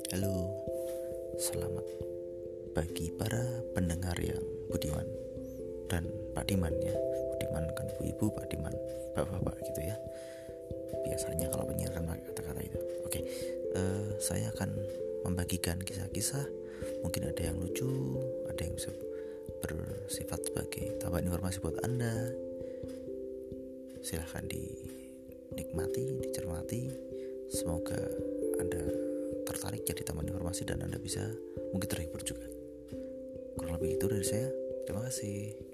Halo, selamat bagi para pendengar yang budiman dan Pak Diman ya. Budiman kan ibu-ibu, Pak Diman bapak-bapak gitu ya. Biasanya kalau penyiar kan pakai kata-kata itu. Oke, saya akan membagikan kisah-kisah. Mungkin ada yang lucu, ada yang bisa bersifat sebagai tambahan informasi buat Anda. Silahkan dinikmati, dicermati. Semoga Anda tertarik jadi tambahan informasi dan Anda bisa mungkin terhibur juga. Kurang lebih itu dari saya. Terima kasih.